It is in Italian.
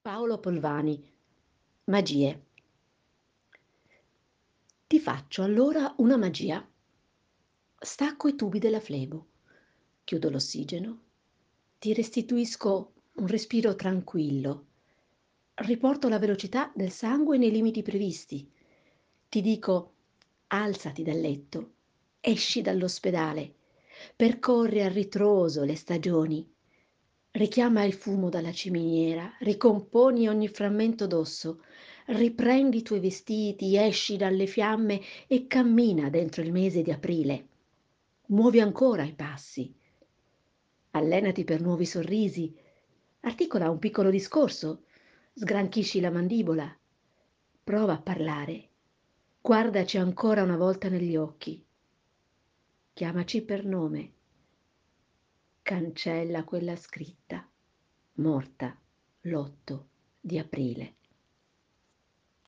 Paolo Polvani. Magie. Ti faccio allora una magia. Stacco i tubi della flebo, chiudo l'ossigeno, ti restituisco un respiro tranquillo, riporto la velocità del sangue nei limiti previsti. Ti dico, alzati dal letto, esci dall'ospedale, percorri a ritroso le stagioni, richiama il fumo dalla ciminiera, ricomponi ogni frammento d'osso, riprendi i tuoi vestiti, esci dalle fiamme e cammina dentro il mese di aprile. Muovi ancora i passi, allenati per nuovi sorrisi, articola un piccolo discorso, sgranchisci la mandibola, prova a parlare, guardaci ancora una volta negli occhi, chiamaci per nome, cancella quella scritta, morta l'8 di aprile.